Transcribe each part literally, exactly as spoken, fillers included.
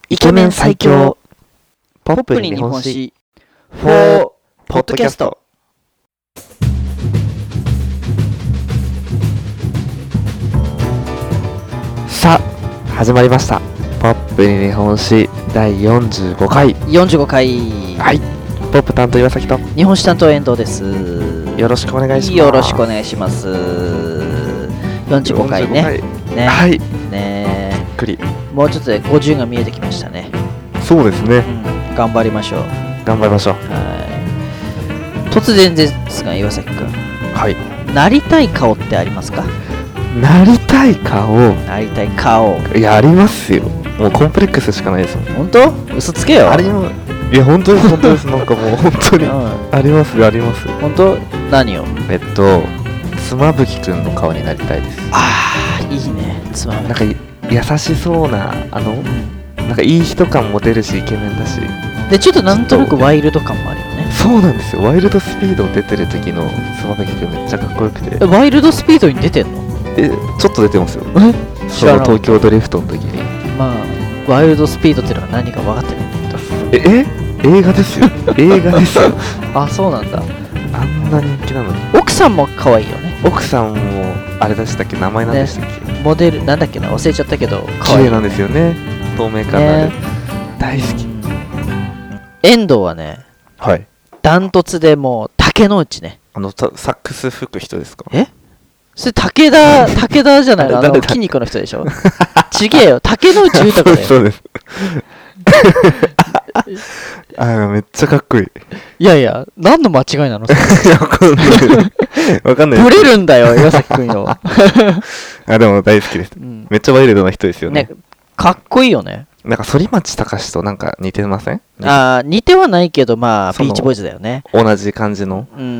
イケメン最強ポップに日本史フォーポッドキャスト。さあ始まりました、ポップに日本史だいよんじゅうごかい。 よんじゅうごかい。 はい、ポップ担当岩崎と日本史担当遠藤です。 よろしくお願いします。 よろしくお願いします。よんじゅうごかいね。ね、 はい。 ね、 びっくり。 もうちょっとでごじゅうが見えてきましたね。 そうですね、 うん、頑張りましょう。 頑張りましょう。 はい。突然ですが岩崎くん、 はい。 なりたい顔ってありますか？ なりたい顔。 なりたい顔。 いや、ありますよ。もうコンプレックスしかないですもん。 本当？嘘つけよ。 ありもいや本当です本当です。なんかもう本当に、うん、ありますあります。 本当？何を？ えっと妻夫木くんの顔になりたいです。 ああ、いいね。妻夫木。 なんか優しそうな、あのなんかいい人感も出るしイケメンだし。 でちょっとなんとなくワイルド感もあるよね。 そうなんですよ。ワイルドスピード出てる時の妻夫木くんめっちゃかっこよくて。 ワイルドスピードに出てんの？ え、ちょっと出てますよ。 え？ その東京ドリフトの時に。 まあワイルドスピードってのは何か分かってないんだけど。ええ映画ですよ。映画ですよ。 あ、そうなんだ。 あんな人気なのに。 奥さんも可愛いよね。 奥さんもあれでしたっけ、名前なんでしたっけ、 ね、モデルなんだっけな、忘れちゃったけど綺麗なんですよね。透明感のある、ね、大好き。 遠藤はね、 はい、 ダントツでもう竹之内ね。 あのサックス吹く人ですか？ え、それ武田武田じゃないの？あの筋肉の人でしょ。ちげえよ、竹之内豊だよ。 そうです。あ、めっちゃかっこいい。 いやいや、何の間違いなの？ わかんない。わかんない。 ブレるんだよ、岩崎くんよ。 あ、でも大好きです、うん。めっちゃワイルドな人ですよね。 ね、かっこいいよね。 なんか反町隆史となんか似てません？ あ、似てはないけど、まあビーチボーイズだよね。 同じ感じの。 うん。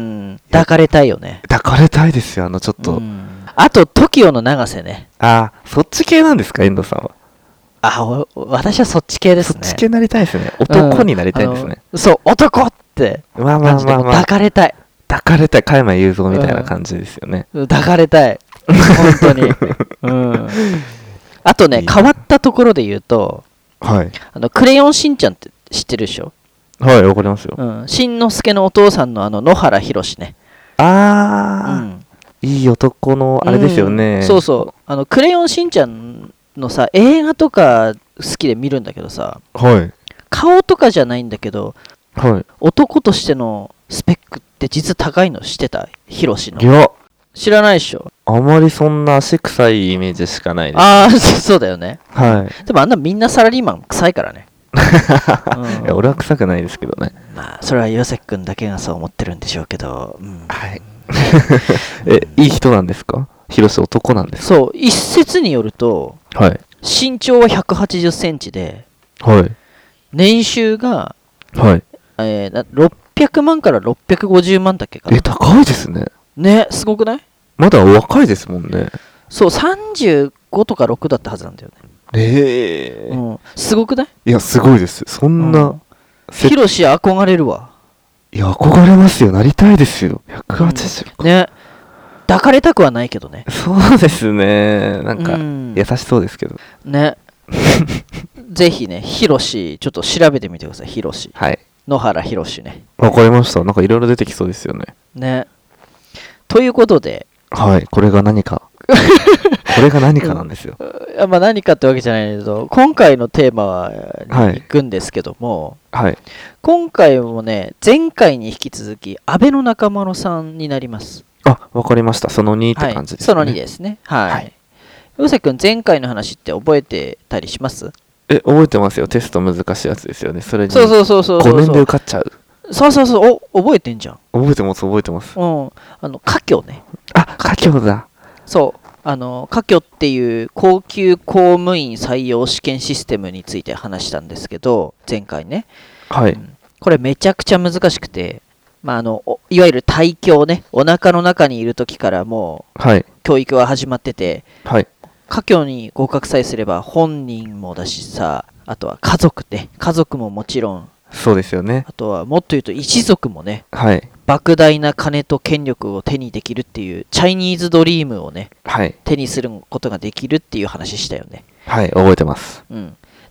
抱かれたいよね。 抱かれたいですよ、あのちょっと。うん、 あと トキオ の永瀬ね。 あ、そっち系なんですか、遠藤さんは。 あ、私はそっち系ですね。 そっち系になりたいですね。男になりたいですね。 うん、そう、男ってまあまあまあまあ。 抱かれたい。 抱かれたい、加山雄三みたいな感じですよね。 うん、抱かれたい。本当に。うん。あとね、変わったところで言うと、 はい。 あのクレヨンしんちゃんって知ってるでしょ？ はい、わかりますよ。 うん。しんのすけのお父さんのあの野原ひろしね。 あー、うん、いい男のあれですよね。 うん、そうそう。あのクレヨンしんちゃんのさ、映画とか好きで見るんだけどさ、 はい、 顔とかじゃないんだけど、 はい、 男としてのスペックって実は高いの知ってた？ヒロシの。 いや、 知らないでしょ。 あまりそんな足臭いイメージしかないです。 ああ、そうだよね。 はい。 でもあんなみんなサラリーマン臭いからね。 うん、いや俺は臭くないですけどね。 まあそれは岩崎くんだけがそう思ってるんでしょうけど、うん、 はい。え、いい人なんですか？ヒロシ男なんですか？ そう、一説によると、 はい、 身長はひゃくはちじゅっセンチで、 はい、 年収が、 はい、 えー、ろっぴゃくまんからろっぴゃくごじゅうまんだっけかな。 え、高いですね。 ね、すごくない？ まだ若いですもんね。 そう、さんじゅうごとかろくだったはずなんだよね。 ええー、 うん、すごくない？ いや、すごいです。そんな、うん、 ヒロシ憧れるわ。 いや、憧れますよ。なりたいですよ。ひゃくはちじゅう、 うん、ね。抱かれたくはないけどね。 そうですね。なんか、うん、優しそうですけど。 ね。ぜひね、ヒロシ、ちょっと調べてみてください、ヒロシ。 はい。 野原ひろしね。 わかりました。なんかいろいろ出てきそうですよね。 ね。ということで。 はい、これが何か。これが何かなんですよ。 うん、まあ何かってわけじゃないけど、今回のテーマはに行くんですけども、 はい、 今回もね、前回に引き続き、安倍の中丸さんになります。 あ、わかりました。そのにって感じですね。はい、 そのにですね。はい。はい、岩崎くん、前回の話って覚えてたりします？ え、覚えてますよ。テスト難しいやつですよね。それにそうそうそうそうそうごねんで受かっちゃう。 そうそうそう、お、覚えてんじゃん。 覚えてます、覚えてます。 うん。あの、科挙ね。 あ、科挙だ。 そう。あの、科挙っていう高級公務員採用試験システムについて話したんですけど、前回ね。 はい。 うん、これめちゃくちゃ難しくて、まあ、あの、いわゆる胎教ね。お腹の中にいる時からもう、 はい。 教育は始まってて、 はい。 科挙に合格さえすれば本人もだしさ、あとは家族ね。家族ももちろん。 そうですよね。 あとはもっと言うと一族もね、 はい、 莫大な金と権力を手にできるっていうチャイニーズドリームをね、 はい、 手にすることができるっていう話したよね。 はい、覚えてます。 うん。だ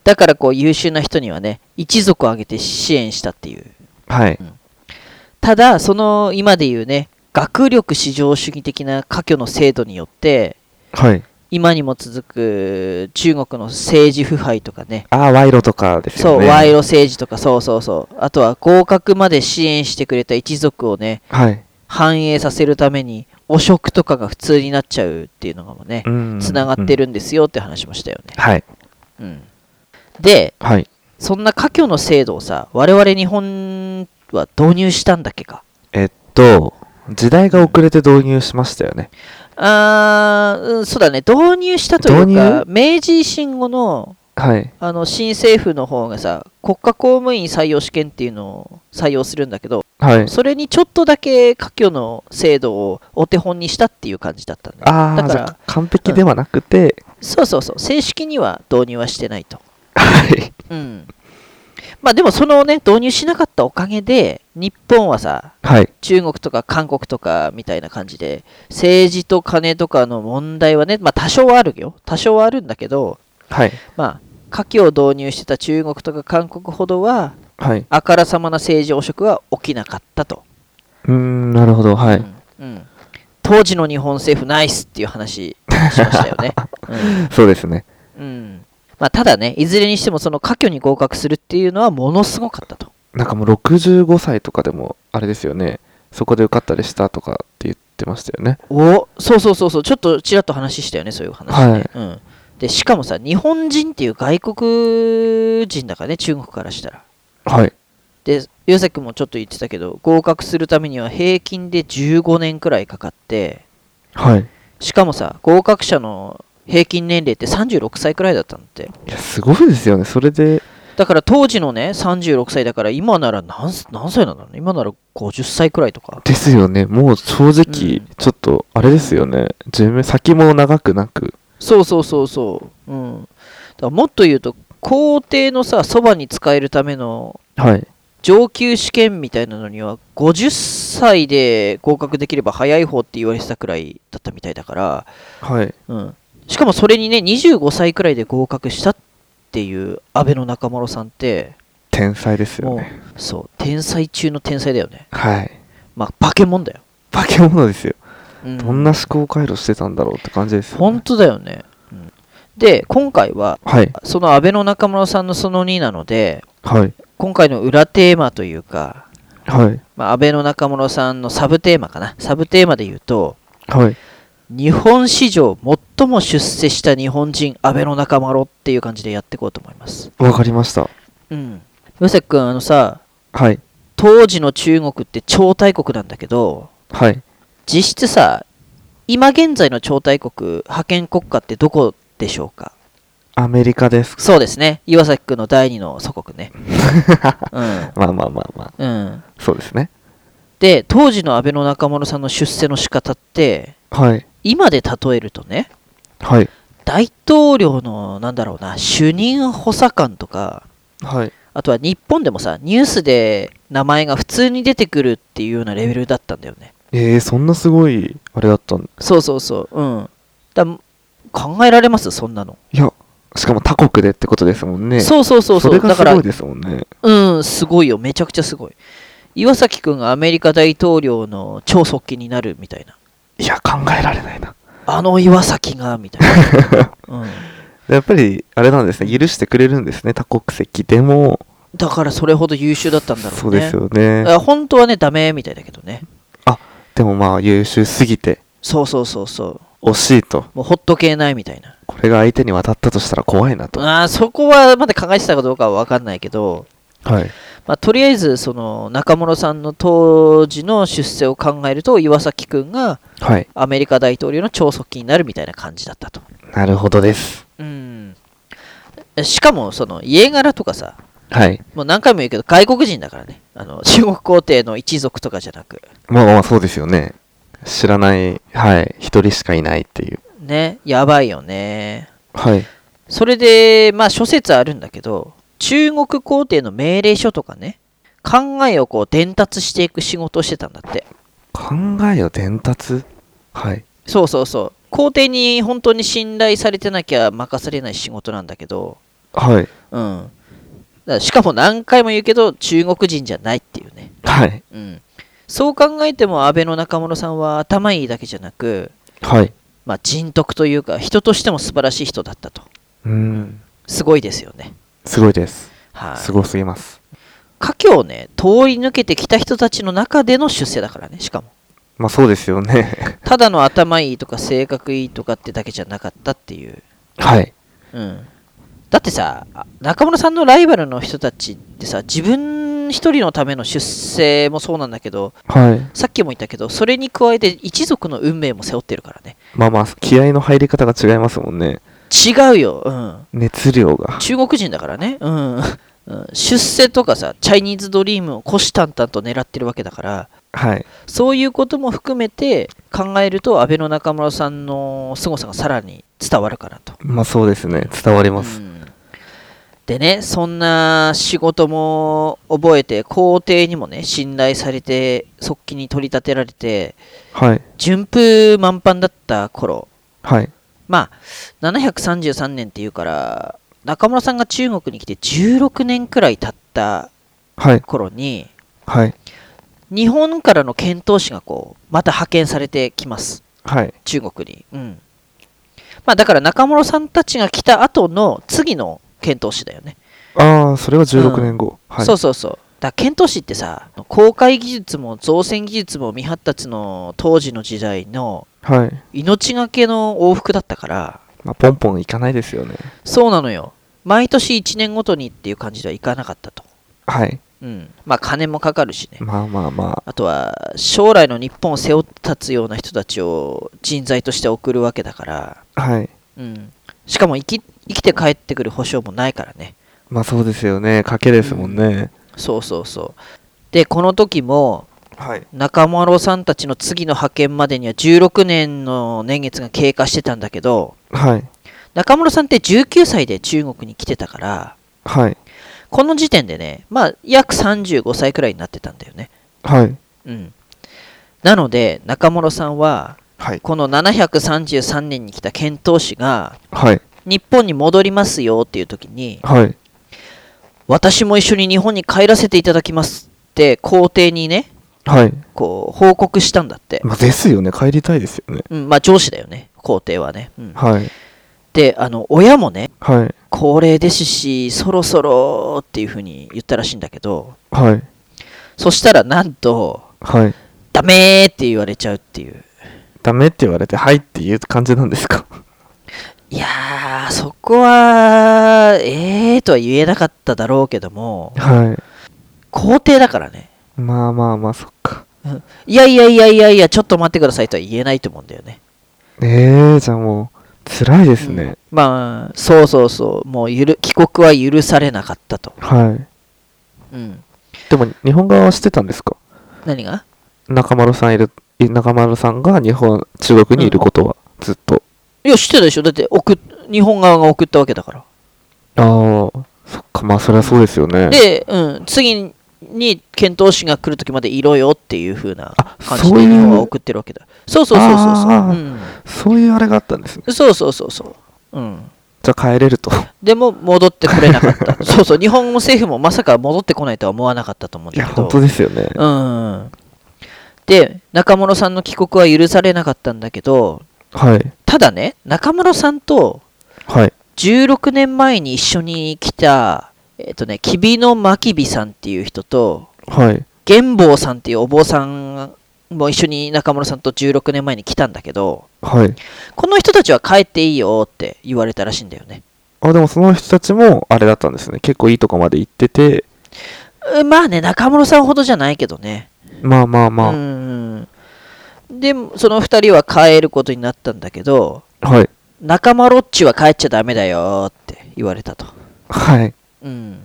だからこう優秀な人にはね、一族を挙げて支援したっていう。 はい。 ただ、その今でいうね、学力至上主義的な科挙の制度によって、 はい。 今にも続く中国の政治腐敗とかね。 ああ、賄賂とかですよね。 そう、賄賂政治とか、そうそうそう。あとは合格まで支援してくれた一族をね、 はい。 反映させるために、汚職とかが普通になっちゃうっていうのがもね、つながってるんですよって話もしたよね。 はい。 うん。で、 はい、 そんな科挙の制度をさ、我々日本は導入したんだっけか。 えっと、時代が遅れて導入しましたよね。 あー、うん、そうだね、導入したというか、明治維新後の、 はい、 あの新政府の方がさ、国家公務員採用試験っていうのを採用するんだけど、 はい、 それにちょっとだけ科挙の制度をお手本にしたっていう感じだったんだ、ね、 ああ、だから完璧ではなくて、うん、 そうそうそう、正式には導入はしてないと。 はい。 うん。まあでもそのね、導入しなかったおかげで、日本はさ、 はい、 中国とか韓国とかみたいな感じで、政治と金とかの問題はね、まあ多少はあるよ。多少はあるんだけど、 はい、 まあ、科挙を導入してた中国とか韓国ほどは、 はい、 あからさまな政治汚職は起きなかったと。 うーん、なるほど、はい。 うんうん、当時の日本政府ナイスっていう話しましたよね。うん、 そうですね。 うんまあ、ただね、いずれにしてもその科挙に合格するっていうのはものすごかったと。 なんかもうろくじゅうごさいとかでもあれですよね、そこで受かったりしたとかって言ってましたよね。 おそうそうそうそう、ちょっとちらっと話したよね、そういう話ね。 はいうん、でしかもさ、日本人っていう外国人だからね、中国からしたら。 はい。 で、岩崎君もちょっと言ってたけど、合格するためには平均でじゅうごねんくらいかかって、 はい。 しかもさ、合格者の平均年齢ってさんじゅうろくさいくらいだったんだって。 いや、すごいですよね、それで。 だから当時のね、さんじゅうろくさいだから今なら何、何歳なんだろうね。今ならごじゅっさいくらいとか。 ですよね、もう正直、ちょっと、あれですよね、寿命、先も長くなく。 そうそうそうそう。うん。だからもっと言うと、皇帝のさ、そばに使えるための、 はい。 上級試験みたいなのにはごじゅっさいで合格できれば早い方って言われてたくらいだったみたいだから、 はい。 うん、しかもそれにねにじゅうごさいくらいで合格したっていう安倍の中丸さんって天才ですよね。 もうそう天才中の天才だよね。 はい。 まあ化け物だよ。 化け物ですよ、 うん、 どんな思考回路してたんだろうって感じですよね。 本当だよね、うん、で今回は、はい、その安倍の中丸さんのそのになので、はい、今回の裏テーマというか、はいまあ、安倍の中村さんのサブテーマかな。サブテーマで言うと、はい、日本史上最も出世した日本人、安倍の中丸っていう感じでやっていこうと思います。 わかりました。 うん。岩崎君、あのさ、 はい、 当時の中国って超大国なんだけど、はい、実質さ、今現在の超大国、覇権国家ってどこでしょうか？ アメリカです。 そうですね。岩崎君の第二の祖国ね。 うん、まあまあまあまあ。うん。そうですね。 で、当時の安倍の中丸さんの出世の仕方って、はい、今で例えるとね、はい、大統領の、なんだろうな、主任補佐官とか、はい、あとは日本でもさ、ニュースで名前が普通に出てくるっていうようなレベルだったんだよね。 えー、そんなすごい、あれだったんそうそうそう。うん。だ考えられますそんなの。 いや、しかも他国でってことですもんね。 そうそうそうそう。 それがすごいですもんね。 うん、すごいよ。めちゃくちゃすごい。岩崎くんがアメリカ大統領の超側近になるみたいな。 いや、考えられないな。 あの岩崎が、みたいな。うん、 やっぱり、あれなんですね。許してくれるんですね。多国籍でも。 だからそれほど優秀だったんだろうね。 そうですよね。 本当はね、ダメみたいだけどね。 あ、でもまあ、優秀すぎて。 そうそうそうそう。 惜しいと。 もうほっとけないみたいな。 これが相手に渡ったとしたら怖いなと。 ああ、そこはまだ考えてたかどうかは分かんないけど、 はい。 まあ、とりあえず、その中村さんの当時の出世を考えると、岩崎くんがアメリカ大統領の超側近になるみたいな感じだったと。 なるほどです。 うん。しかも、その家柄とかさ、 はい。 もう何回も言うけど、外国人だからね。あの中国皇帝の一族とかじゃなく。 まあまあ、そうですよね。知らない、はい、一人しかいないっていう。 ね、やばいよね。 はい。 それで、まあ諸説あるんだけど、中国皇帝の命令書とかね、考えをこう伝達していく仕事をしてたんだって。 考えを伝達？はい。 そうそうそう。皇帝に本当に信頼されてなきゃ任されない仕事なんだけど、 はい。 うん。だからしかも何回も言うけど、中国人じゃないっていうね。 はい。 うん。そう考えても、安倍の中村さんは頭いいだけじゃなく、 はい。 まあ、人徳というか、人としても素晴らしい人だったと。 うん。 すごいですよね。 すごいです。 はい。 すごすぎます。 華僑をね、通り抜けてきた人たちの中での出世だからね、しかも。 まあそうですよね。 ただの頭いいとか性格いいとかってだけじゃなかったっていう。 はい。 うん。だってさ、中村さんのライバルの人たちってさ、自分一人のための出世もそうなんだけど、 はい。 さっきも言ったけど、それに加えて一族の運命も背負ってるからね。 まあまあ、気合の入り方が違いますもんね。 違うよ。うん。 熱量が。 中国人だからね。うん。うん、出世とかさ、チャイニーズドリームを虎視眈々と狙ってるわけだから、 はい、 そういうことも含めて考えると、安倍の中村さんの凄さがさらに伝わるかなと。 まあそうですね、伝わります。 うん、でね、そんな仕事も覚えて、皇帝にもね、信頼されて、側近に取り立てられて、 はい、 順風満帆だった頃、 はい、 まあ、ななひゃくさんじゅうさんねんっていうから、中村さんが中国に来てじゅうろくねんくらい経った頃に、 はいはい、 日本からの遣唐使がこうまた派遣されてきます、 はい、 中国に。うん、まあ、だから中村さんたちが来た後の次の遣唐使だよね。 ああ、それはじゅうろくねんご。 うんはい、そうそうそう。だから遣唐使ってさ、航海技術も造船技術も未発達の当時の時代の命がけの往復だったから、 まあ、ポンポンいかないですよね。 そうなのよ。毎年いちねんごとにっていう感じではいかなかったと。 はい。 うん。まあ金もかかるしね。 まあまあまあ。 あとは将来の日本を背負って立つような人たちを人材として送るわけだから。 はい。 うん。しかも生き生きて帰ってくる保証もないからね。 まあそうですよね。賭けですもんね。うん、 そうそうそう。で、この時も、はい、中丸さんたちの次の派遣までにはじゅうろくねんの年月が経過してたんだけど、 はい、 中村さんってじゅうきゅうさいで中国に来てたから、 はい、 この時点でね、まあ約さんじゅうごさいくらいになってたんだよね。 はい。 うん。なので中村さんは、はい、このななひゃくさんじゅうさんねんに来た遣唐使が、はい、日本に戻りますよっていう時に、はい、私も一緒に日本に帰らせていただきますって皇帝にね、はい、こう報告したんだって。 まあ、ですよね、帰りたいですよね。 うん、まあ上司だよね、皇帝はね。うん、 はい。 で、あの親もね、 はい、 高齢ですし、そろそろっていうふうに言ったらしいんだけど、はい、そしたらなんと、はい、ダメーって言われちゃうっていう。 ダメって言われて、はいっていう感じなんですか？ いやー、そこは、えーとは言えなかっただろうけども、はい、皇帝だからね。 まあまあまあ、そっか。 いやいやいやいやいや、ちょっと待ってくださいとは言えないと思うんだよね。 えー、じゃあもう、辛いですね。うん、 まあ、そうそうそう、もうゆる帰国は許されなかったと。はい。うん。 でも、日本側は知ってたんですか？ 何が？ 中丸さんいる、中丸さんが日本、中国にいることは、ずっと。うん、 いや、知ってたでしょ。だって送、日本側が送ったわけだから。ああ、そっか、まあ、それはそうですよね。 で、うん、次に、に遣唐使が来るときまでいろよっていう風な感じで日本は送ってるわけだ。そうそうそうそうそう、うん、 そういうあれがあったんですね。 そうそうそうそう、うん、 じゃあ帰れると。 でも戻ってくれなかったそうそう、日本政府もまさか戻ってこないとは思わなかったと思うんだけど。 いや本当ですよね。 うん。で、中室さんの帰国は許されなかったんだけど、はい、ただね、中室さんとじゅうろくねんまえに一緒に来たえっとね、吉備の真備さんっていう人と、はい、玄坊さんっていうお坊さんも一緒に中村さんとじゅうろくねんまえに来たんだけど、はい、この人たちは帰っていいよって言われたらしいんだよね。 あ、でもその人たちもあれだったんですね。結構いいとこまで行ってて。 まあね、中村さんほどじゃないけどね。 まあまあまあ。 うん。で、そのふたりは帰ることになったんだけど、はい、仲間ロッチは帰っちゃダメだよって言われたと。はい。うん、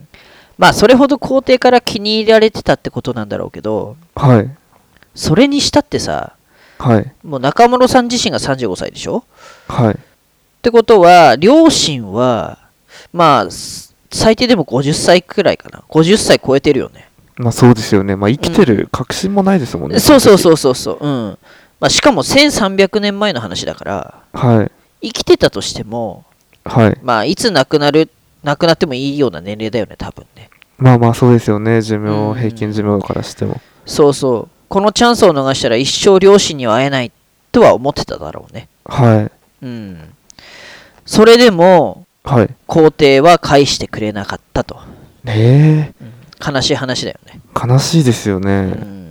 まあそれほど皇帝から気に入られてたってことなんだろうけど、はい、それにしたってさ、はい、もう中室さん自身がさんじゅうごさいでしょ、はい、ってことは両親はまあ最低でもごじゅっさいくらいかな、ごじゅっさい超えてるよね。 まあそうですよね。まあ生きてる確信もないですもんね。 うん、そうそうそうそうそう、うん、まあ、しかもせんさんびゃくねんまえの話だから、はい、生きてたとしても、はい、まあいつ亡くなる亡くなってもいいような年齢だよね、多分ね。 まあまあそうですよね、寿命、平均寿命からしても。 そうそう。このチャンスを逃したら一生両親には会えないとは思ってただろうね。 はい。 うん。それでも、 はい、 皇帝は返してくれなかったと。 ねえ、 うん、悲しい話だよね。 悲しいですよね。うん、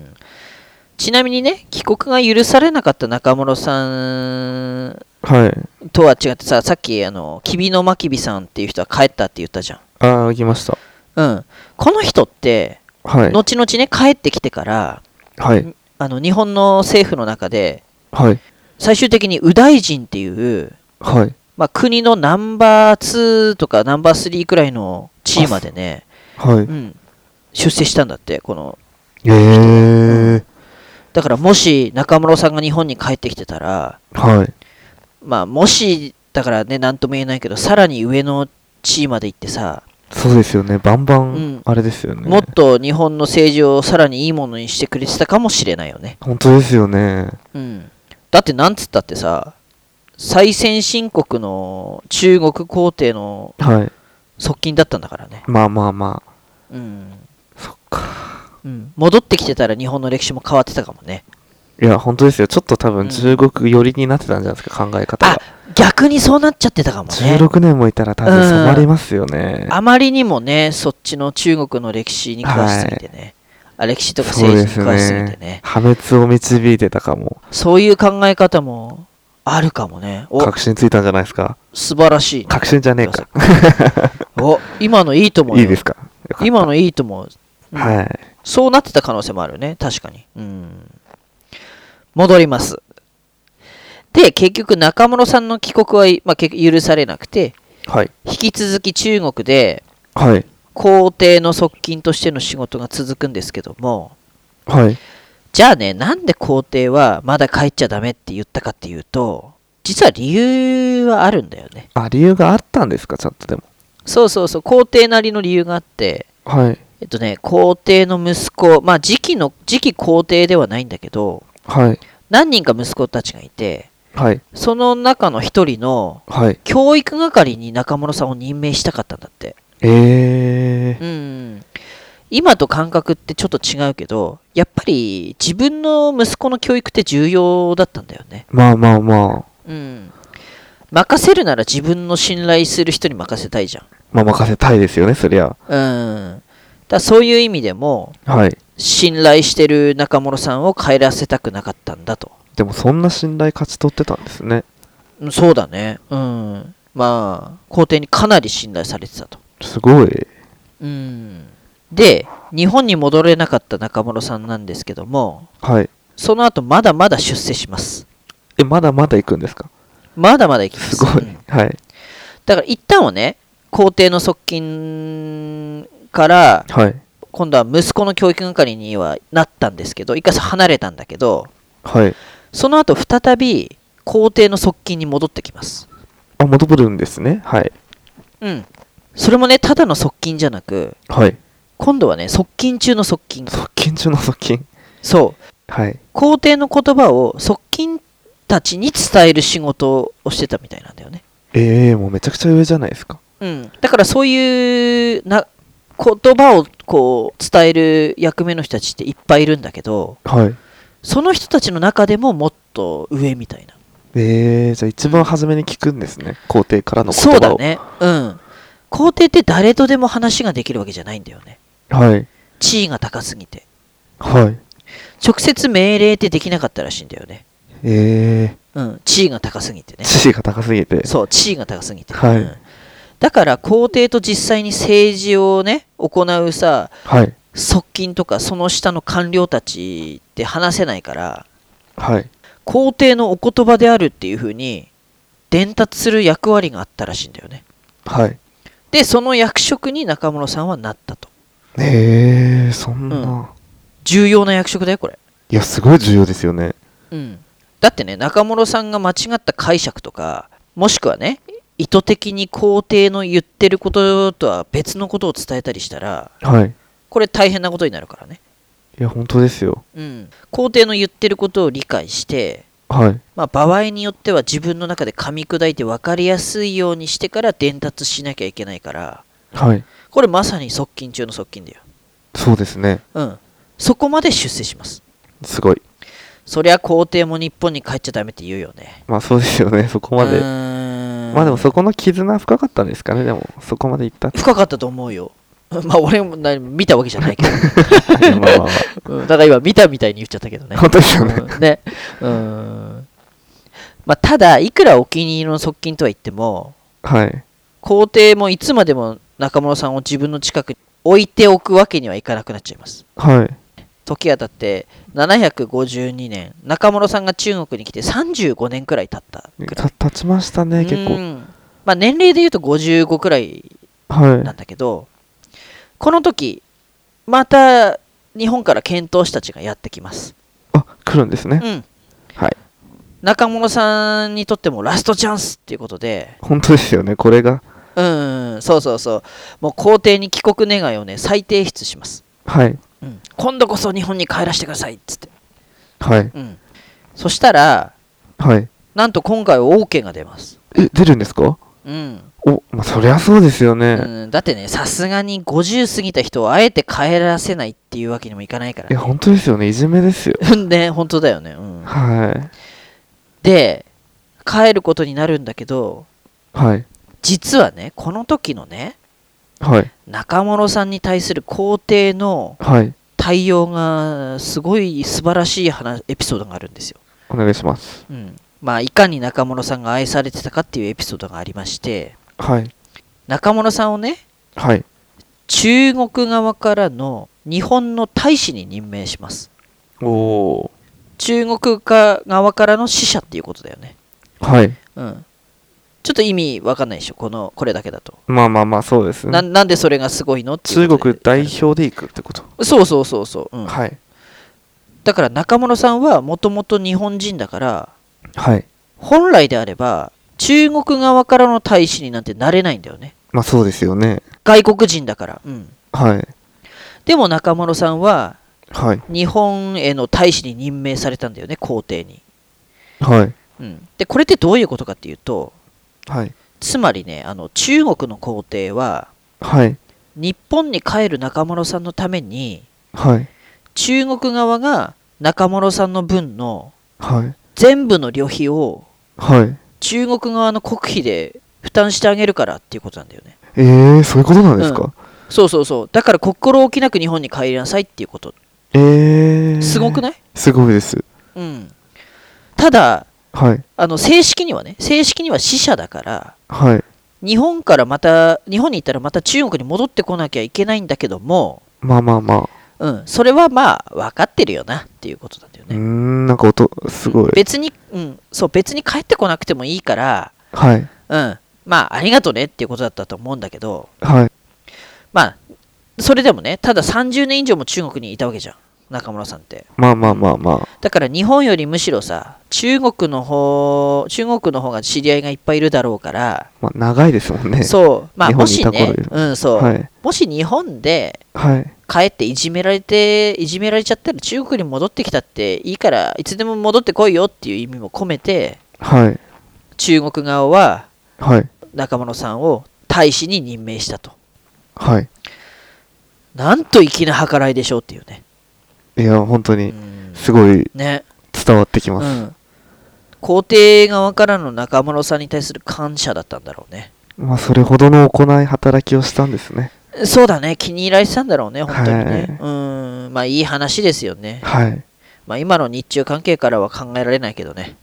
ちなみにね、帰国が許されなかった中室さんとは違ってさ、さっきあの吉備の真備さんっていう人は帰ったって言ったじゃん。 ああ、来ました。 うん。この人って、はい、後々ね帰ってきてから、はい、あの日本の政府の中で、はい、最終的に右大臣っていう、はい、まあ、国のナンバーツーとかナンバースリーくらいの地位までね、はい、うん、出世したんだって、この人。へえ、うん、だからもし中室さんが日本に帰ってきてたら、はい、まあもしだからね、なんとも言えないけど、さらに上の地位まで行ってさ、 そうですよね、バンバンあれですよね、 うん、もっと日本の政治をさらにいいものにしてくれてたかもしれないよね。 本当ですよね、 うん、だってなんつったってさ、最先進国の中国皇帝の側近だったんだからね、はい、 まあまあまあ、 うん、 そっか、 うん、戻ってきてたら日本の歴史も変わってたかもね。 いや本当ですよ、ちょっと多分中国寄りになってたんじゃないですか、うん、考え方が。 あ、逆にそうなっちゃってたかもね。 じゅうろくねんもいたら多分染まりますよね、 うん、あまりにもね、そっちの中国の歴史に詳しすぎてね、はい、あ、歴史とか政治に詳しすぎて ね, ね破滅を導いてたかも。 そういう考え方もあるかもね。 確信ついたんじゃないですか。 素晴らしい、ね、 確信じゃねえかお、今のいいと思うよ。 いいですか、 今のいいと思う、うん、 はい、 そうなってた可能性もあるね、確かに。うん、戻ります。で、結局中室さんの帰国は、まあ、結局許されなくて、はい、引き続き中国で、はい、皇帝の側近としての仕事が続くんですけども、はい、じゃあね、なんで皇帝はまだ帰っちゃダメって言ったかっていうと、実は理由はあるんだよね。 あ、理由があったんですか、ちゃんと。でもそうそうそう、皇帝なりの理由があって、はい、えっとね、皇帝の息子、まあ次期の次期皇帝ではないんだけど、はい、何人か息子たちがいて、はい、その中の一人の、はい、教育係に中室さんを任命したかったんだって。えー、うん、今と感覚ってちょっと違うけど、やっぱり自分の息子の教育って重要だったんだよね。 まあまあまあ、 うん、任せるなら自分の信頼する人に任せたいじゃん。 まあ任せたいですよね、そりゃ。 うん、だそういう意味でも、はい、信頼してる中室さんを帰らせたくなかったんだと。 でもそんな信頼勝ち取ってたんですね。 そうだね。うん。まあ皇帝にかなり信頼されてたと。 すごい。 うん。で、日本に戻れなかった中室さんなんですけども、はい、その後まだまだ出世します。 え、まだまだ行くんですか。 まだまだ行きます。 すごい、うん、はい。 だから一旦はね、皇帝の側近から、はい、今度は息子の教育係にはなったんですけど、一回離れたんだけど、はい、その後再び皇帝の側近に戻ってきます。 あ、戻るんですね。はい。 うん。それもね、ただの側近じゃなく、はい、今度はね、側近中の側近。 側近中の側近。 そう。はい。皇帝の言葉を側近たちに伝える仕事をしてたみたいなんだよね。 ええー、もうめちゃくちゃ上じゃないですか。 うん。だからそういうな言葉をこう伝える役目の人たちっていっぱいいるんだけど、はい、その人たちの中でももっと上みたいな。 えー、じゃあ一番初めに聞くんですね、うん、皇帝からの言葉を。 そうだね。うん。皇帝って誰とでも話ができるわけじゃないんだよね。はい。地位が高すぎて。はい。直接命令ってできなかったらしいんだよね。えー。うん。地位が高すぎてね。 地位が高すぎて。 そう、地位が高すぎて。はい。うん、だから皇帝と実際に政治をね、行うさ、はい、側近とかその下の官僚たちって話せないから、はい。皇帝のお言葉であるっていう風に伝達する役割があったらしいんだよね。はい。で、その役職に中室さんはなったと。 へえー、そんな、うん、 重要な役職だよこれ。 いや、すごい重要ですよね。 うん。だってね、中室さんが間違った解釈とか、もしくはね、意図的に皇帝の言ってることとは別のことを伝えたりしたら、はい、これ大変なことになるからね。 いや、本当ですよ。 うん。皇帝の言ってることを理解して、 はい。 まあ、場合によっては自分の中で噛み砕いて分かりやすいようにしてから伝達しなきゃいけないから、 はい。 これまさに側近中の側近だよ。 そうですね。 うん。そこまで出世します。 すごい。 そりゃ皇帝も日本に帰っちゃダメって言うよね。 まあそうですよね、そこまで。まあでもそこの絆深かったんですかね、でも、そこまで行った。 深かったと思うよ。まあ俺も見たわけじゃないけど。まあまあまあうん、だから今見たみたいに言っちゃったけどね。 本当ですよね。 うん、ね。うん。まあただ、いくらお気に入りの側近とは言っても、 はい。 皇帝もいつまでも中村さんを自分の近くに置いておくわけにはいかなくなっちゃいます。 はい。 時が経ってななひゃくごじゅうにねん、中村さんが中国に来てさんじゅうごねんくらい経ったくらい。 た経ちましたね、結構。 まあ年齢で言うとごじゅうごくらいなんだけど、はい、この時また日本から遣唐使たちがやってきます。 あ、来るんですね。 うん。 はい。 中村さんにとってもラストチャンスっていうことで。 本当ですよね、これが。 うん、そうそうそう。もう皇帝に帰国願いをね、再提出します。 はい。 うん、今度こそ日本に帰らせてくださいっつって。 はい。 うん。そしたら、 はい。 なんと今回は OK が出ます。 え、出るんですか？ うん。 お、まあ、そりゃそうですよね。 うん、だってね、さすがにごじゅう過ぎた人をあえて帰らせないっていうわけにもいかないから、ね。 いや、本当ですよね。いじめですよ。 ね、本当だよね。うん。 はい。 で、帰ることになるんだけど、 はい。実はね、この時のね、 はい。 中村さんに対する皇帝の対応がすごい素晴らしい話エピソードがあるんですよ。 お願いします。 うん。まあ、いかに中村さんが愛されてたかっていうエピソードがありまして、 はい。 中村さんをね、 はい。 中国側からの日本の大使に任命します。 おお。 中国側からの使者っていうことだよね。 はい。 うん。ちょっと意味わかんないでしょ、このこれだけだと。 まあまあまあ、そうですね。 な, なんでそれがすごいのって中国代表で行くってこと。 そうそうそうそう、うん、 はい。 だから中村さんはもともと日本人だから、 はい。 本来であれば中国側からの大使になんてなれないんだよね。 まあそうですよね。 外国人だから。うん。 はい。 でも中村さんは、 はい。 日本への大使に任命されたんだよね、皇帝に。 はい。 うん。で、これってどういうことかっていうと、 はい。 つまりね、あの中国の皇帝は、 はい。 日本に帰る中村さんのために、 はい。 中国側が中村さんの分の、 はい。 全部の旅費を、 はい。中国側の国費で負担してあげるからっていうことなんだよね。 えー、そういうことなんですか？うん、 そうそうそう。だから心置きなく日本に帰りなさいっていうこと。 えー、 すごくない？ すごいです。 うん。ただ、 はい、 あの正式にはね、正式には使者だから、 はい、 日本からまた、日本に行ったらまた中国に戻ってこなきゃいけないんだけども、 まあまあまあ。 うん、それはまあ分かってるよなっていうことなんだよね。 うーん、なんか音、すごい。 別に、うん、そう、別に帰ってこなくてもいいから、 はい。 うん、まあ、ありがとねっていうことだったと思うんだけど、 はい。 まあ、それでもね、たださんじゅうねん以上も中国にいたわけじゃん、中村さんって。 まあまあまあまあ。 だから日本よりむしろさ、中国の方、中国の方が知り合いがいっぱいいるだろうから、 まあ、長いですもんね。 そう、まあ、もしね、うん、そう、 はい、 もし日本で、 はい、 帰っていじめられて、いじめられちゃったら中国に戻ってきたっていいから、いつでも戻ってこいよっていう意味も込めて、 はい、 中国側は、 はい、 中村さんを大使に任命したと。 はい。 なんと粋な計らいでしょうっていうね。 いや、本当に、すごい、ね、伝わってきます、うん。 皇帝側からの中村さんに対する感謝だったんだろうね。 まあ、それほどの行い、働きをしたんですね。 そうだね、気に入られてたんだろうね、本当にね。はい、うん、まあいい話ですよね。 はい。 まあ今の日中関係からは考えられないけどね。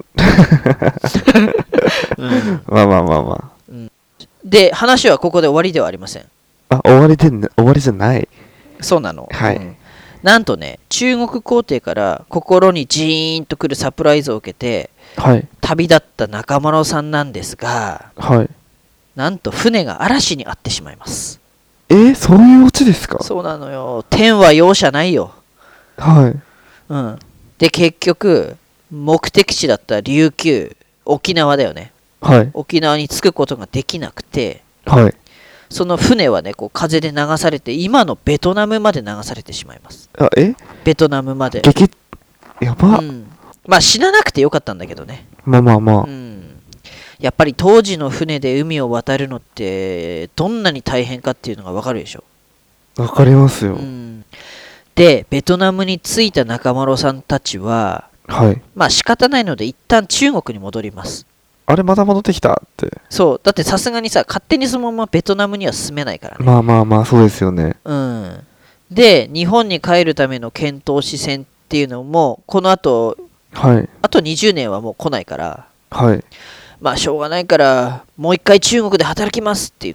うん、まあまあまあまあ、 うん。で、話はここで終わりではありません。 あ、終わりで、終わりじゃない。 そうなの。 はい。 うん、なんとね、中国皇帝から心にジーンとくるサプライズを受けて、はい、旅立った中村さんなんですが、はい、なんと船が嵐に遭ってしまいます。 えー、そういうオチですか？ そうなのよ。天は容赦ないよ。 はい。 うん。で、結局、目的地だった琉球、沖縄だよね。はい。沖縄に着くことができなくて、はい。その船はね、こう風で流されて、今のベトナムまで流されてしまいます。 あ、え？ ベトナムまで。 激、やば。うん。 まあ死ななくてよかったんだけどね。 まあまあまあ、 うん、やっぱり当時の船で海を渡るのってどんなに大変かっていうのが分かるでしょ。 わかりますよ、 うん、でベトナムに着いた中丸さんたちは、 はい、 まあ仕方ないので一旦中国に戻ります。 あれまた戻ってきたって。 そうだってさすがにさ勝手にそのままベトナムには進めないからね。 まあまあまあそうですよね。 うん、で日本に帰るための遣唐使船っていうのもこの後、 はい、 あとにじゅうねんはもう来ないから、 はい、 まあしょうがないからもう一回中国で働きますって言って、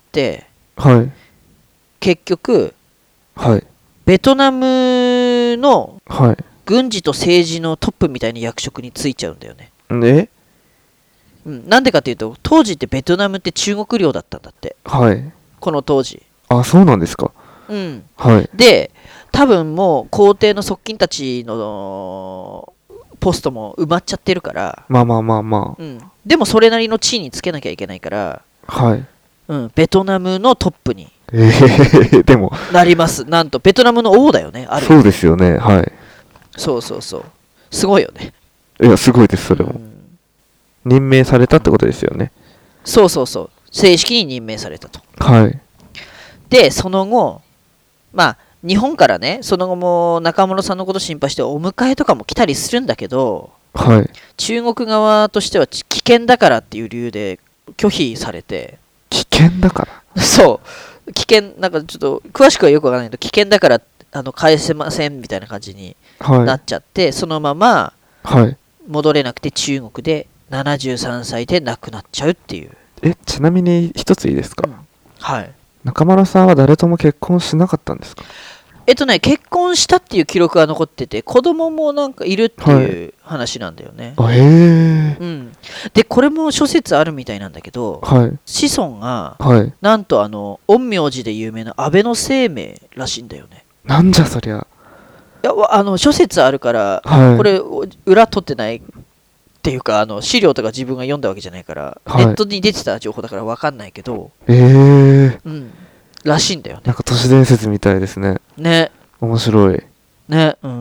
はい、 結局、 はい、 ベトナムのはい、 軍事と政治のトップみたいな役職に就いちゃうんだよね。 え、 うん、なんでかっていうと当時ってベトナムって中国領だったんだって。 はい。 この当時。 あ、そうなんですか。 うん。 はい。 で多分もう皇帝の側近たちのポストも埋まっちゃってるから、 まあまあまあまあ、うん、でもそれなりの地位につけなきゃいけないから、 はい、 うん、ベトナムのトップにえー、でもなります。なんとベトナムの王だよね。ある。 そうですよね。はい。 そうそうそう。すごいよね。 いやすごいですそれも、うん、任命されたってことですよね。 そうそうそう。正式に任命されたと。 はい。 でその後まあ日本からねその後も中村さんのこと心配してお迎えとかも来たりするんだけど、 はい、 中国側としては危険だからっていう理由で拒否されて。 危険だからそう危険なんかちょっと詳しくはよくわからないけど危険だからあの返せませんみたいな感じになっちゃって、はい、そのまま戻れなくて中国でななじゅうさんさいで亡くなっちゃうっていう。 えちなみに一ついいですか、うん、 はい。 中村さんは誰とも結婚しなかったんですか？ えっとね結婚したっていう記録が残ってて子供もなんかいるっていう話なんだよね。 はい、へえ、 うん、でこれも諸説あるみたいなんだけど、 はい、 子孫が、 はい、 なんとあの陰陽師で有名な安倍晴明らしいんだよね。 なんじゃそりゃ。 いやあの諸説あるから、 はい、 これ裏取ってないっていうかあの資料とか自分が読んだわけじゃないから、はい、ネットに出てた情報だから分かんないけど、 えー、 うん、らしいんだよね。 なんか都市伝説みたいですね。 ね。 面白い。 ね、うん。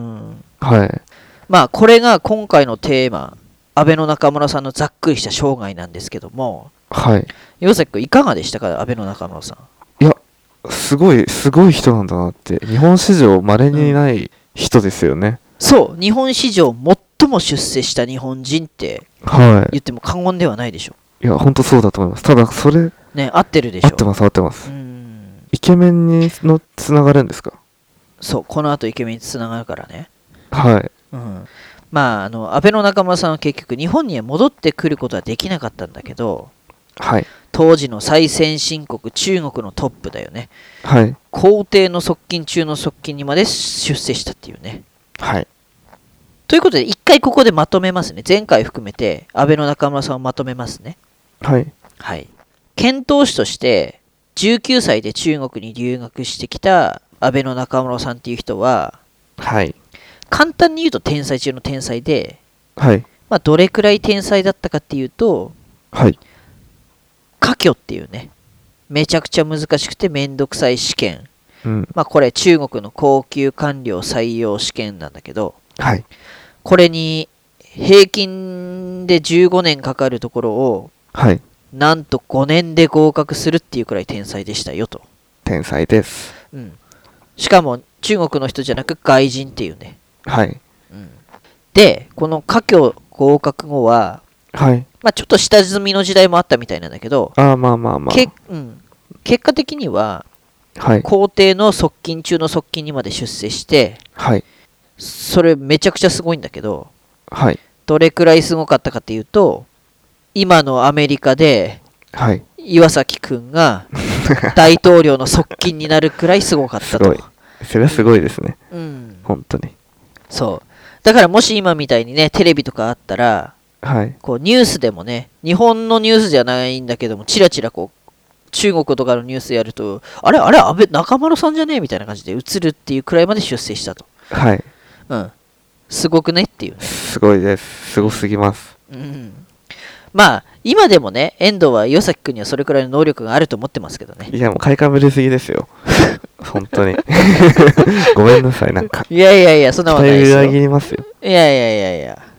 はい。 まあこれが今回のテーマ、安倍の中村さんのざっくりした生涯なんですけども、 はい。 岩崎君いかがでしたか、安倍の中村さん。 いや、すごいすごい人なんだなって。日本史上稀にない人ですよね。うん、 そう、日本史上最も出世した日本人って言っても過言ではないでしょ。 いや、本当そうだと思います。ただそれね、合ってるでしょ。 合ってます合ってます。 うん、 イケメンにのつながるんですか？ そう、この後イケメンにつながるからね。 はい。 うん、まああの安倍の中村さんは結局日本には戻ってくることはできなかったんだけど、 はい、 当時の最先進国中国のトップだよね。 はい、 皇帝の側近中の側近にまで出世したっていうね。 はい。 ということで一回ここでまとめますね。前回含めて安倍の中村さんをまとめますね。 はい。 はい。遣唐使としてじゅうきゅうさいで中国に留学してきた安倍の中村さんっていう人は、 はい、 簡単に言うと天才中の天才で、 はい、 まあ、どれくらい天才だったかっていうと、 はい、 科挙っていうね、めちゃくちゃ難しくてめんどくさい試験、 うん、 まあこれ中国の高級官僚採用試験なんだけど、 はい、 これに平均でじゅうごねんかかるところを、 はい、 なんとごねんで合格するっていうくらい天才でしたよと。 天才です。 うん。しかも中国の人じゃなく外人っていうね。 はい。 うん、で、この科挙合格後は、 はい。 まあちょっと下積みの時代もあったみたいなんだけど、 あまあまあまあ。 けうん、結果的には、 はい、 皇帝の側近中の側近にまで出世して、 はい、 それめちゃくちゃすごいんだけど、 はい、 どれくらいすごかったかっていうと、今のアメリカで、 はい、 岩崎くんが大統領の側近になるくらいすごかったと。 すごい。それはすごいですね。 うん。 本当に。 そう。だからもし今みたいにね、テレビとかあったら、 はい、 こうニュースでもね、日本のニュースじゃないんだけども、チラチラこう、中国とかのニュースやると、あれあれ安倍中丸さんじゃねえみたいな感じで映るっていうくらいまで出世したと。 はい。 うん。すごくねっていう、ね。 すごいです。すごすぎます。 うん。まあ、今でもね、遠藤は岩崎君にはそれくらいの能力があると思ってますけどね。 いや、もう買いかぶりすぎですよ。本当に。ごめんなさい、なんか。 いやいやいや、そんなことないですよ。 期待裏切りますよ。 いやいやいやいや。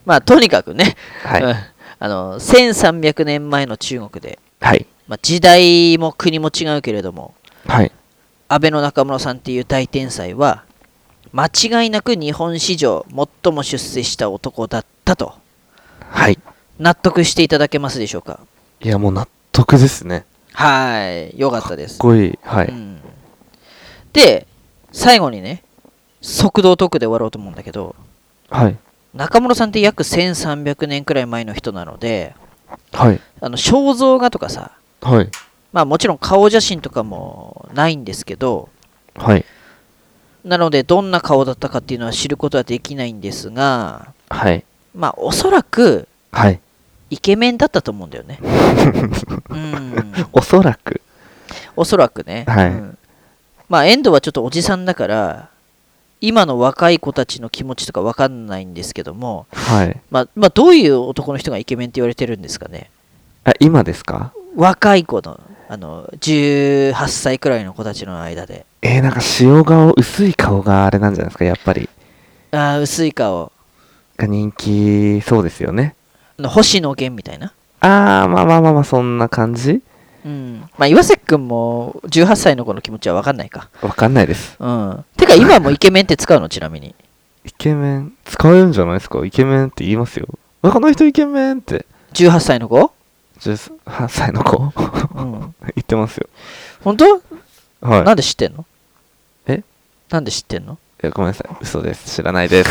まあとにかくね、 はい、 あのせんさんびゃくねんまえの中国で、 はい、 まあ、時代も国も違うけれども、 はい、 安倍中村さんっていう大天才は間違いなく日本史上最も出世した男だったと、 はい、 納得していただけますでしょうか。 いやもう納得ですね。 はい、よかったです。 かっこいい。はい、 うん、で最後にね速道トークで終わろうと思うんだけど、 はい、 中村さんって約せんさんびゃくねんくらい前の人なので、 はい、 あの肖像画とかさ、 はい、 まあもちろん顔写真とかもないんですけど、 はい、 なのでどんな顔だったかっていうのは知ることはできないんですが、 はい、 まあおそらくはい、 イケメンだったと思うんだよね。うん、 おそらく、 おそらくね。 はい、 うん、まあ遠藤はちょっとおじさんだから今の若い子たちの気持ちとか分かんないんですけども、 はい、 まあ、まあどういう男の人がイケメンって言われてるんですかね。 あ、今ですか？ 若い子のあのじゅうはっさいくらいの子たちの間で。 えー、なんか塩顔、薄い顔があれなんじゃないですか、やっぱり。 ああ、薄い顔。 が人気そうですよね。 の星野源みたいな。 あー、まあまあまあまあ、そんな感じ。 うん。まあ岩崎くんもじゅうはっさいの子の気持ちは分かんないか。 わかんないです。 うん。てか今もイケメンって使うのちなみに。 イケメン使えるんじゃないですか。イケメンって言いますよ。あ、この人イケメンって。 じゅうはっさいの子？ じゅうはっさいの子、 うん、 言ってますよ。 本当？ はい。 なんで知ってんの？ え？ なんで知ってんの？ いや、ごめんなさい。嘘です。知らないです。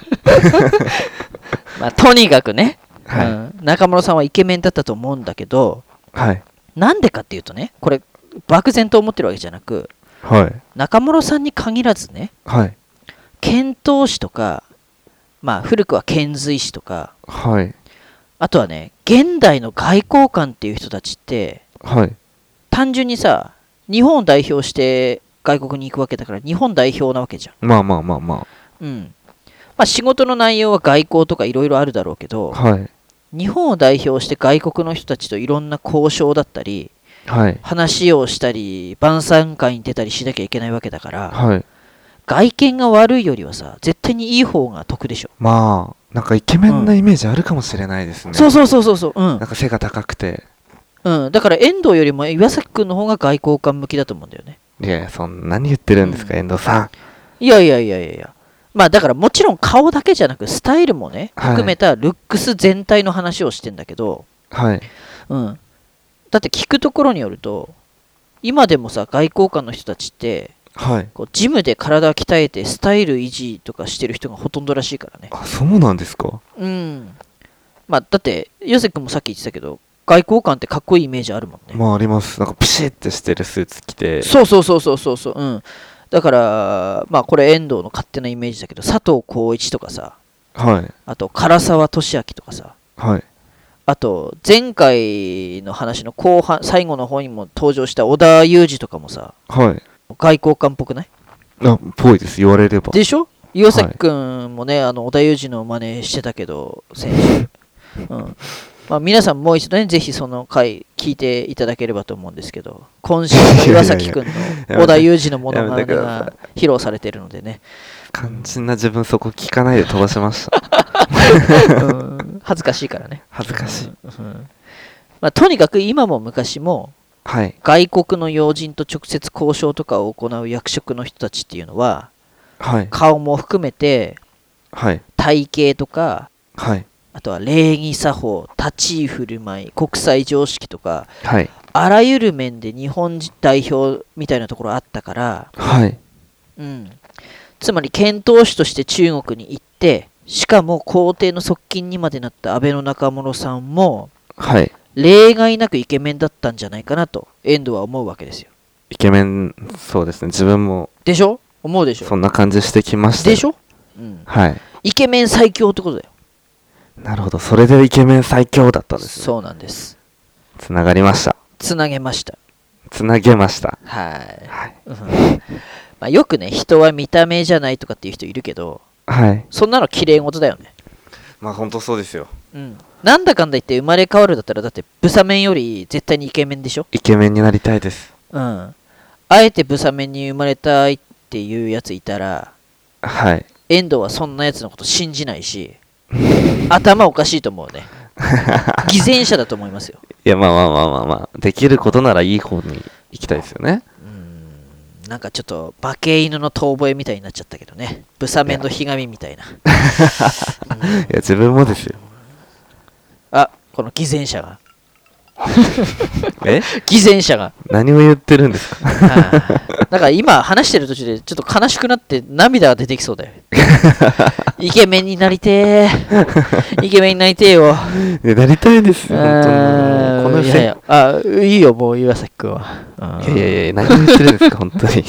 まあとにかくね、 はい、 うん、中村さんはイケメンだったと思うんだけど、 はい。 なんでかっていうとね、これ漠然と思ってるわけじゃなく、 はい。 中村さんに限らずね、 はい。 遣唐使とか、まあ古くは遣隋使とか、 はい。 あとはね、現代の外交官っていう人たちって、 はい。 単純にさ、日本を代表して外国に行くわけだから日本代表なわけじゃん。 まあまあまあまうん。まあ仕事の内容は外交とかいろいろあるだろうけど、 あ。はい。 日本を代表して外国の人たちといろんな交渉だったり、 はい。 話をしたり、晩餐会に出たりしなきゃいけないわけだから、 はい。 外見が悪いよりはさ、絶対にいい方が得でしょ。 まあ、なんかイケメンなイメージあるかもしれないですね。 そうそうそうそうそう。うん。 なんか背が高くて。 うん。だから遠藤よりも岩崎くんの方が外交官向きだと思うんだよね。 いやいや、そんなに言ってるんですか、 うん、 遠藤さん。 いやいやいやいやいや。まあだからもちろん顔だけじゃなくスタイルもね、 はい含めたルックス全体の話をしてんだけど、 はい。 うん。だって聞くところによると、今でもさ、外交官の人たちって、 はい。 こうジムで体鍛えてスタイル維持とかしてる人がほとんどらしいからね。 あ、そうなんですか。 うん。まあだって、ヨセ君もさっき言ってたけど、外交官ってかっこいいイメージあるもんね。 まああります。なんかピシッてしてるスーツ着て。 そうそうそうそうそうそう。うん。だから、まあこれ遠藤の勝手なイメージだけど、佐藤浩市とかさ、 はい。 あと唐沢俊明とかさ、 はい。 あと前回の話の後半、最後の方にも登場した織田裕二とかもさ、 はい。 外交官っぽくない？ あ、ぽいです。言われれば。 でしょ？岩崎くんもね、あの織田裕二の真似してたけど、先週。うん。まあ、皆さんもう一度ね、ぜひその回聞いていただければと思うんですけど、今週の岩崎くんの織田裕二のものまねが披露されているのでね。 肝心な自分そこ聞かないで飛ばしました。 うん、恥ずかしいからね。 恥ずかしい。 うんうんまあ、とにかく今も昔も、 はい。 外国の要人と直接交渉とかを行う役職の人たちっていうのは、 はい。 顔も含めてはい。 体型とか、 はい。 あとは礼儀作法、立ち居振る舞い、国際常識とか、 はい。 あらゆる面で日本代表みたいなところあったから、 はい。 うん、つまり遣唐使として中国に行って、しかも皇帝の側近にまでなった安倍中村さんも、 はい。 例外なくイケメンだったんじゃないかなと遠藤は思うわけですよ。 イケメン、そうですね。自分も。 でしょ？思うでしょ？ そんな感じしてきました。 でしょ？うん。 はい。 イケメン最強ってことだよ。 なるほど。それでイケメン最強だったんですね。 そうなんです。 つながりました。 つなげました。 つなげました。 はい。 はい。 うんまあ、よくね、人は見た目じゃないとかっていう人いるけど、 はい。 そんなの綺麗事だよね。 まあ本当そうですよ。 うん。なんだかんだ言って生まれ変わるだったら、だってブサメンより絶対にイケメンでしょ？ イケメンになりたいです。 うん。あえてブサメンに生まれたいっていうやついたら、 はい。 遠藤はそんなやつのこと信じないし、 頭おかしいと思うね。偽善者だと思いますよ。 いや、まあまあまあまあまあ、できることならいい方に行きたいですよね。 うーん、なんかちょっと化け犬の遠吠えみたいになっちゃったけどね。ブサメンのひがみみたいな。いや、自分もですよ。 あ、この偽善者が。 え偽善者が。 何を言ってるんですか？ なんか今話してる途中でちょっと悲しくなって涙が出てきそうだよ。イケメンになりてー。イケメンになりてーよ。 いや、なりたいですよ、本当に。このいやいや、あ、いいよ、もう岩崎くんは。 いやいやいや、何を言ってるんですか、本当に。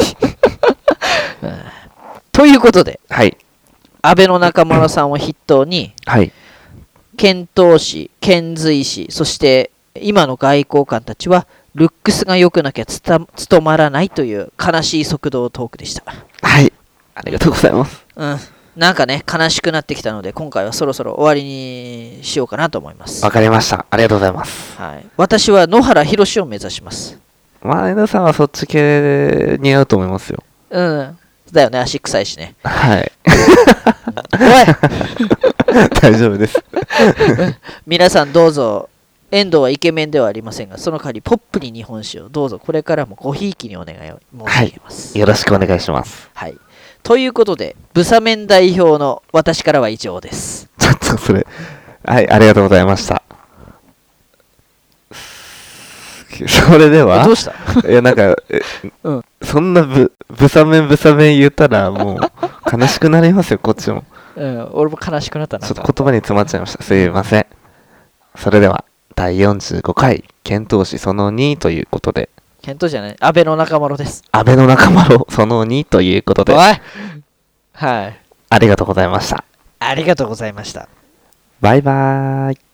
ということで、 はい。 安倍の中村さんを筆頭に、 はい。 遣唐使、遣隋使、そして今の外交官たちは、ルックスが良くなきゃつた務まらないという悲しい速度トークでした。 はい。ありがとうございます。 うん。なんかね、悲しくなってきたので、今回はそろそろ終わりにしようかなと思います。 わかりました。ありがとうございます。 はい。私は野原宏を目指します。 前田さんはそっち系似合うと思いますよ。 うん。だよね、足臭いしね。 はい。 おい大丈夫です。 皆さんどうぞ、遠藤はイケメンではありませんが、その代わりポップに日本酒をどうぞこれからもごひいきにお願いを申し上げます。 はい。よろしくお願いします。 はい。ということで、ブサメン代表の私からは以上です。 ちょっとそれ、はい、ありがとうございました。それではどうしたいや、なんか、うん、そんなぶ、ぶさめんぶさめん言ったら、もう、悲しくなりますよ、こっちも。 うん、俺も悲しくなったな。 ちょっと言葉に詰まっちゃいました。すいません。それでは、だいよんじゅうごかい、遣唐使そのにということで。 遣唐使じゃない、安倍の中丸です。 安倍の中丸そのにということで。 おいはい。 ありがとうございました。 ありがとうございました。 バイバーイ。